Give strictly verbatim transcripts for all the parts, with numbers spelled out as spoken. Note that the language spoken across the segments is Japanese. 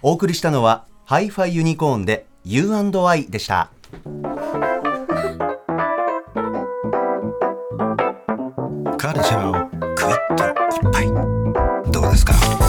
お送りしたのはハイファイユニコーンで ユーアンドアイ でした。 カルチャーをクイッといっぱい、どうですか。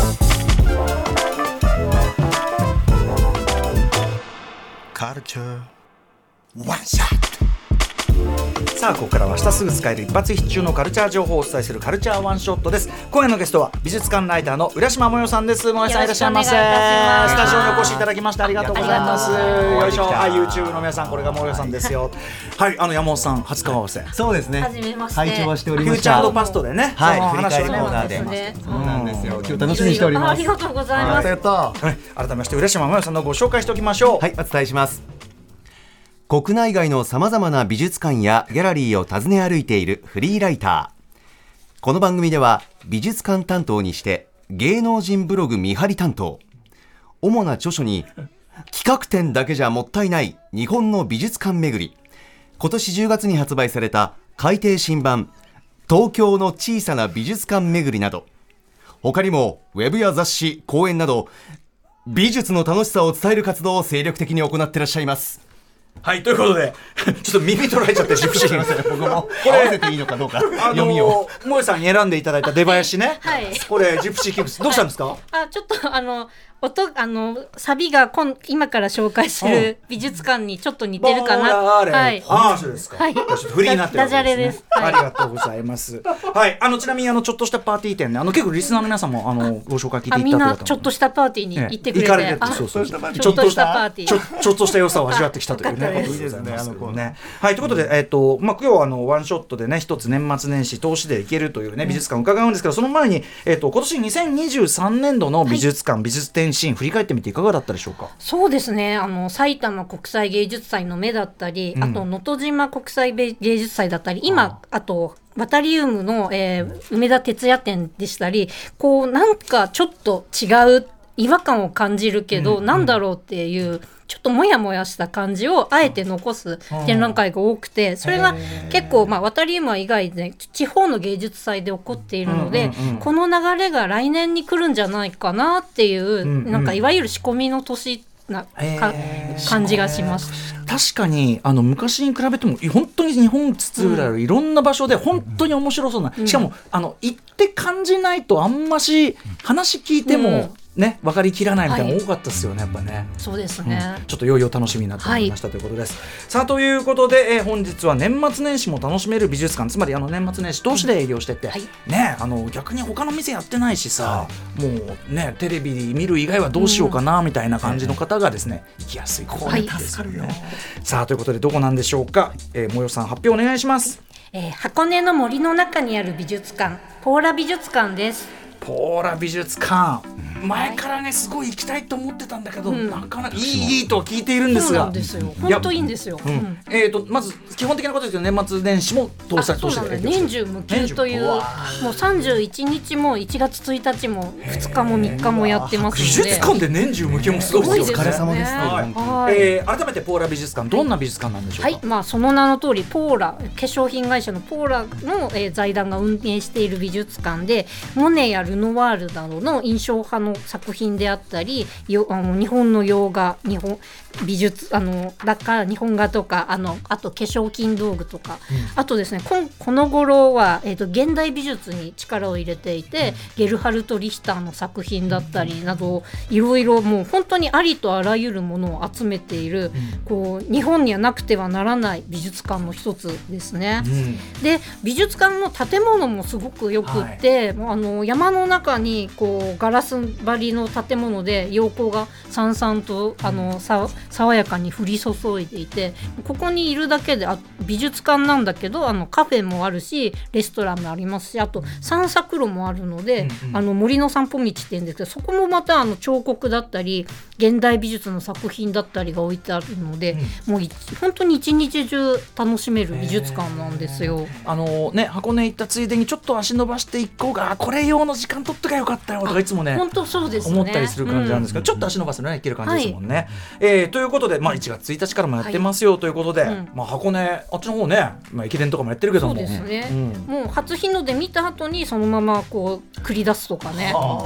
カルチャーワンショット。 さあここからは明日すぐ使える一発必中のカルチャー情報をお伝えするカルチャーワンショットです。今夜のゲストは美術館ライターの浦島もよさんです。もよさんいらっしゃいませ。スタジオにお越しいただきましてありがとうございます。よいしょ。はい、 YouTube の皆さん、これがもよさんですよ。はい、あの山本さん初顔合わせ。 そうですね、 初めまして。 拝聴はしておりフューチました。 ャーパストでね、 はい、 その振り返り話をねコーナーで。 ね、 そうなんですよ。今日楽しみにしております。 ありがとうございます。 ありがとう。 はい、改めまして浦島もよさんのご紹介しておきましょう。 はい、お伝えします。国内外のさまざまな美術館やギャラリーを訪ね歩いているフリーライター。この番組では美術館担当にして芸能人ブログ見張り担当、主な著書に企画展だけじゃもったいない日本の美術館巡り、今年じゅうがつに発売された改訂新版東京の小さな美術館巡りなど、他にもウェブや雑誌、講演など美術の楽しさを伝える活動を精力的に行っていらっしゃいます。 はい、ということでちょっと耳取られちゃってジプシー僕も合わせていいのかどうか読みを、 あのもえさんに選んでいただいた出囃子ね、 はい、 これジプシーキックスどうしたんですか。 はい、あちょっとあの音あのサビが今今から紹介する美術館にちょっと似てるかな。 はい、ああそうですか。 はい、 ちょっとフリーになってるわけですね。 ダジャレです。はい、 ありがとうございます。はい、あのちなみにあのちょっとしたパーティー店ね、あの結構リスナーの皆さんもあのご紹介聞いていただいた。 みんなちょっとしたパーティーに行ってくれて、 行かれてる。そうそうそう。 ちょっとしたパーティー、 ちょちょっとした良さを味わってきたというね。いいですね。あのこうね。はい、ということでえっとまあ今日はあのワンショットでね一つ年末年始投資で行けるというね美術館を伺うんですけど、その前にえっと今年にせんにじゅうさんねんどの美術館美術展シーン振り返ってみていかがだったでしょうか。 そうですね、あの埼玉国際芸術祭の目だったり、うん、あと能登島国際芸術祭だったり、今 あ, あとバタリウムの、えー、梅田哲也展でしたり、こうなんかちょっと違う違和感を感じるけど、うん、なんだろうっていうちょっともやもやした感じをあえて残す展覧会が多くて、それが結構、まあ、ワタリウムは以外で地方の芸術祭で起こっているので、うんうんうん、この流れが来年に来るんじゃないかなっていう、うんうん、なんかいわゆる仕込みの年なか感じがします。 確かにあの昔に比べても本当に日本津々浦々いろんな場所で本当に面白そうな、うん、しかもあの行って感じないとあんまし話聞いても、うんね、分かりきらないみたいなの多かったですよね、はい、やっぱね。 そうですね、 うん、ちょっといよいよ楽しみになってまいりました、はい、ということです。さあということで、えー、本日は年末年始も楽しめる美術館、つまりあの年末年始投資で営業してって、はい、ね、あの逆に他の店やってないしさ、はい、もうねテレビ見る以外はどうしようかなみたいな感じの方がですね、うん、行きやすいここですよね、はい、さあということでどこなんでしょうか。えー、もよさん発表お願いします。 えー、箱根の森の中にある美術館、ポーラ美術館です。 ポーラ美術館、前からねすごい行きたいと思ってたんだけど、うん、なかなかいいいいとは聞いているんですが、そうなんですよ、 本当いいんですよ、うんうん、 えーとまず基本的なことですけど年末年始も投資投資で年中無休という、もうさんじゅういちにちもいちがつついたちもふつかもみっかもやってますので、 美術館で年中無休もすごいですよ、 お疲れ様です、 はい、えー、改めてポーラ美術館どんな美術館なんでしょうか。 はい、まあ、その名の通りポーラ化粧品会社のポーラの、えー、財団が運営している美術館で、モネやルノワールなどの印象派の作品であったり、よあの日本の洋画、日本美術あのだから日本画とか、あのあと化粧品道具とか、うん、あとですね こ, この頃は、えーと、現代美術に力を入れていて、うん、ゲルハルト・リヒターの作品だったりなど、いろいろもう本当にありとあらゆるものを集めている、うん、こう日本にはなくてはならない美術館の一つですね、うん、で美術館の建物もすごくよくって、はい、あの山の中にこうガラス張りの建物で陽光がさんさんとあのさ爽やかに降り注いでいて、ここにいるだけであ美術館なんだけど、あのカフェもあるしレストランもありますし、あと散策路もあるので、うんうん、あの森の散歩道って言うんですけど、そこもまたあの彫刻だったり現代美術の作品だったりが置いてあるので、うん、もう本当に一日中楽しめる美術館なんですよ。 あのね、箱根行ったついでにちょっと足伸ばしていこうが、これ用の時間取っときゃよかったよとかいつもね本当そうですね思ったりする感じなんですけど、うん、ちょっと足伸ばすのねいける感じですもんね、はい、えー、ということで、まあ、いちがつついたちからもやってますよ、はい、ということで、うん、まあ、箱根あっちの方ね、まあ、駅伝とかもやってるけども、 そうですね、うん、もう初日の出見た後にそのままこう繰り出すとかね、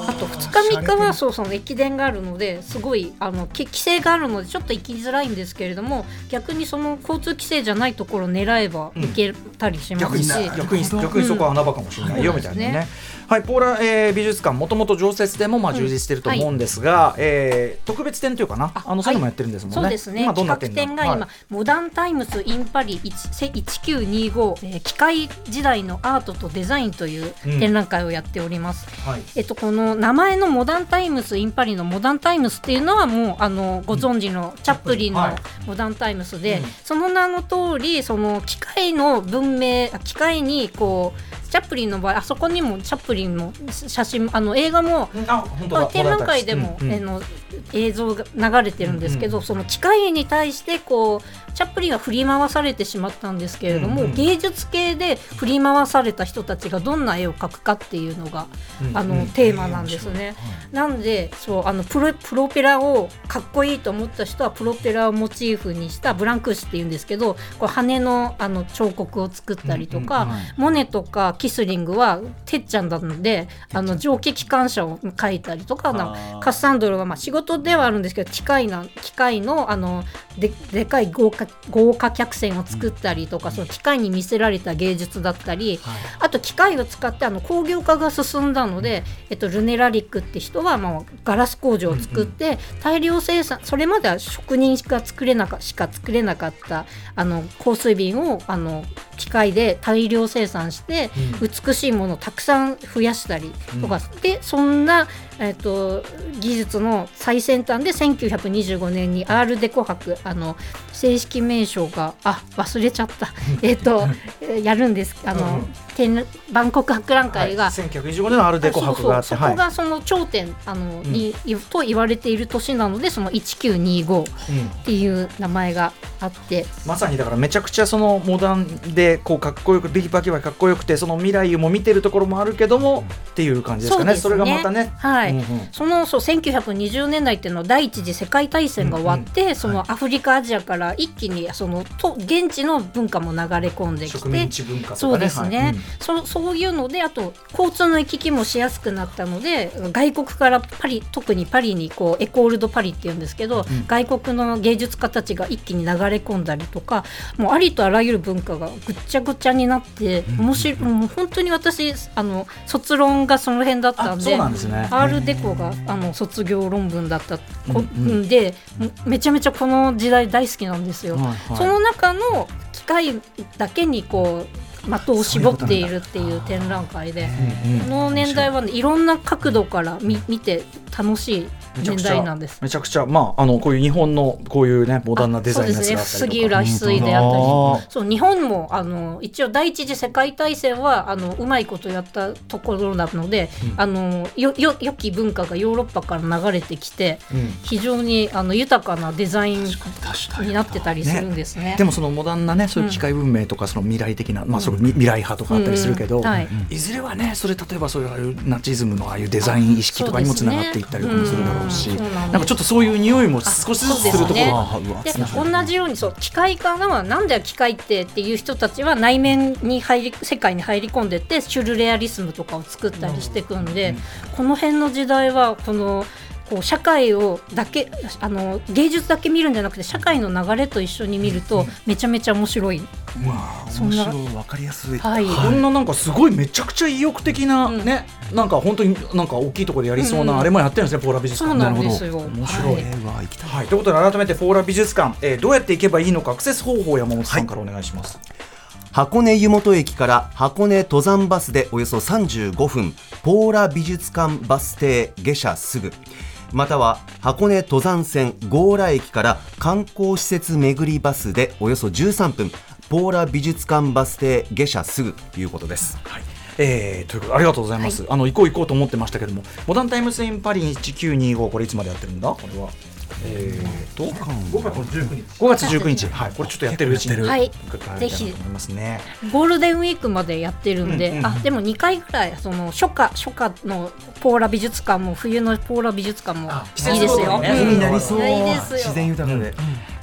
あとふつかみっかはそうそう駅伝があるのですごいあの規制があるのでちょっと行きづらいんですけれども、逆にその交通規制じゃないところを狙えば行けたりしますし、 うん、逆に逆にそこは穴場かもしれないよ、うん、みたいなね、ね、はい、ポーラ、えー、美術館もともと常設でもまあ充実していると思うんですが、うんはいえー、特別展というかな あ, あのそういうのもやってるんですもんね。 そうですね、 今どんな企画展が今、はい、モダンタイムスインパリせんきゅうひゃくにじゅうご、えー、機械時代のアートとデザインという展覧会をやっております、うんはいえっと、この名前のモダンタイムスインパリのモダンタイムスっていうのはもうあのご存知のチャップリンのモダンタイムスで、はいうん、その名の通りその機械の文明機械にこうチャップリンの場合あそこにもチャップリンの写真あの映画も展覧会でも、うんうん、の映像が流れてるんですけど、うんうん、その機械に対してこうチャップリンは振り回されてしまったんですけれども、うんうん、芸術系で振り回された人たちがどんな絵を描くかっていうのが、うんうん、あのテーマなんですね、うん、なんでそうあのプロ、プロペラをかっこいいと思った人はプロペラをモチーフにしたブランクーシっていうんですけどこう羽 の, あの彫刻を作ったりとか、うんうんはい、モネとかキスリングはてっちゃんなのであの蒸気機関車を描いたりとかなカッサンドルはまあ仕事ではあるんですけど機械な機械 の, あの で, でかい豪 華, 豪華客船を作ったりとか、うん、その機械に見せられた芸術だったり、はい、あと機械を使ってあの工業化が進んだので、えっと、ルネ・ラリックって人はもうガラス工場を作って大量生産、それまでは職人が作れなかしか作れなかったあの香水瓶をあの機械で大量生産して、うん、美しいものをたくさん増やしたりとか、うん、でそんな、えー、と技術の最先端でせんきゅうひゃくにじゅうごねんにアールデコ博あの正式名称があ忘れちゃったえっとやるんですあの、うん、展万国博覧会が、 はい、せんきゅうひゃくにじゅうごねんのアールデコ博があって、 そうそうそこがその頂点あの、うん、にと言われている年なのでそのせんきゅうひゃくにじゅうごっていう名前があって、うん、 まさにだからめちゃくちゃそのモダンでこうかっこよくビキバキはかっこよくてその未来も見てるところもあるけどもっていう感じですか ね, そ, ねそれがまたね、 はいうんうん、そのそうせんきゅうひゃくにじゅうねんだいっていうのは第一次世界大戦が終わって、うんうん、そのアフリカアジアから一気にそのと現地の文化も流れ込んできて植民地文化とかねそうですね、 はいうん、 そ, そういうのであと交通の行き来もしやすくなったので外国からパリ特にパリにこうエコール・ド・パリっていうんですけど、うん、外国の芸術家たちが一気に流れ込んだりとかもうありとあらゆる文化がぐっちゃぐちゃになって面白い、うん、もう本当に私あの卒論がその辺だったんで、 そうなんですね、 アールデコがあの卒業論文だったんで、うんうん、めちゃめちゃこの時代大好きなんですよ、はいはい、その中の機械だけにこう的を絞っているっていう展覧会で、この年代は、ね、いろんな角度から見、見て楽しい年代なんです。 めちゃくちゃ、まあ、あのこういう日本のこういうねモダンなデザインのやつがあったりとか、 そうですね、杉浦翡翠であったり、そう日本もあの一応第一次世界大戦はあのうまいことやったところなので、うん、あのよよ良き文化がヨーロッパから流れてきて、うん、非常にあの豊かなデザインになってたりするんですね。 ねでもそのモダンなねそういう機械文明とかその未来的な、うんまあ、その未来派とかあったりするけど、うんはい、いずれはねそれ例えばそういうナチズムのああいうデザイン意識とかにもつながっていったりとかもするだろうし、うん、なんかちょっとそういう匂いも少しずつするところは、 ね、で同じようにそう機械化がなんだよ機械ってっていう人たちは内面に入り世界に入り込んでってシュルレアリスムとかを作ったりしていくんで、うん、この辺の時代はこのこう社会をだけあの芸術だけ見るんじゃなくて社会の流れと一緒に見るとめちゃめちゃ面白い、 うん、わそんな面白い分かりやすい、 はい、こんななんかすごいめちゃくちゃ意欲的な、うん、ねなんか本当になんか大きいところでやりそうな、うん、あれもやってるんですねポーラ美術館。 そうなんですよ。 面白い、 はいはい、はい、ということで改めてポーラ美術館、えー、どうやって行けばいいのかアクセス方法山本さんからお願いします。はい、 箱根湯本駅から箱根登山バスでおよそさんじゅうごふんポーラ美術館バス停下車すぐ、または箱根登山線強羅駅から観光施設巡りバスでおよそじゅうさんぷんポーラ美術館バス停下車すぐということです。 はい、えー、ということでありがとうございます。はい、あの行こう行こうと思ってましたけどもモダンタイムスインパリせんきゅうひゃくにじゅうごこれいつまでやってるんだこれは。えー、とごがつじゅうくにちごがつじゅうくにち、はい、これちょっとやってるうちに、 はい、ぜひゴールデンウィークまでやってるんで、うんうん、あでもにかいぐらいその初夏初夏のポーラ美術館も冬のポーラ美術館もいいですよ。 絵になりそう、 いいですよ自然豊かで、うん、 さ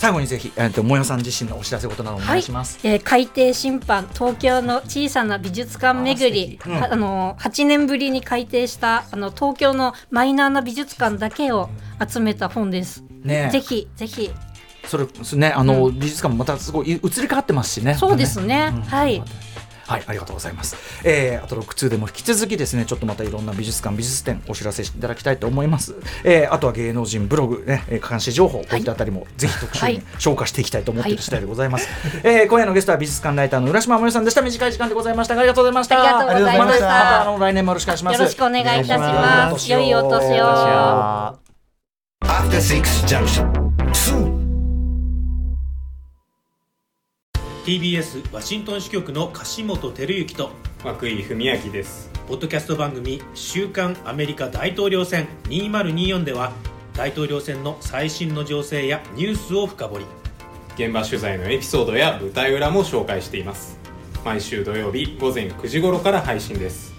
最後にぜひ、えー、ともよさん自身のお知らせことなどお願いします。 はい、えー、海底審判東京の小さな美術館巡り、あ、うん、あのはちねんぶりに改訂したあの東京のマイナーな美術館だけを集めた本です、ね、ぜひぜひそれね、あの、うん、美術館もまたすごい移り変わってますしね。 そうですね、うん、はいはい、ありがとうございます。えー、あとろく通でも引き続きですね、ちょっとまたいろんな美術館美術展お知らせしていただきたいと思います。えー、あとは芸能人ブログね、監視情報こういったあたりもぜひ特集に消化していきたいと思っている次第でございます。はい、えー、今夜のゲストは美術館ライターの浦島もよさんでした。短い時間でございましたがありがとうございました。 ありがとうございました。 またあの来年もよろしくお願いします。 よろしくお願いいたします。良いお年を。 アフターシックスジャンクション。 ティービーエス ワシントン支局の樫本照之と涌井文明です。 ポッドキャスト番組週刊アメリカ大統領選にせんにじゅうよんでは大統領選の最新の情勢やニュースを深掘り、 現場取材のエピソードや舞台裏も紹介しています。毎週土曜日午前くじ頃から配信です。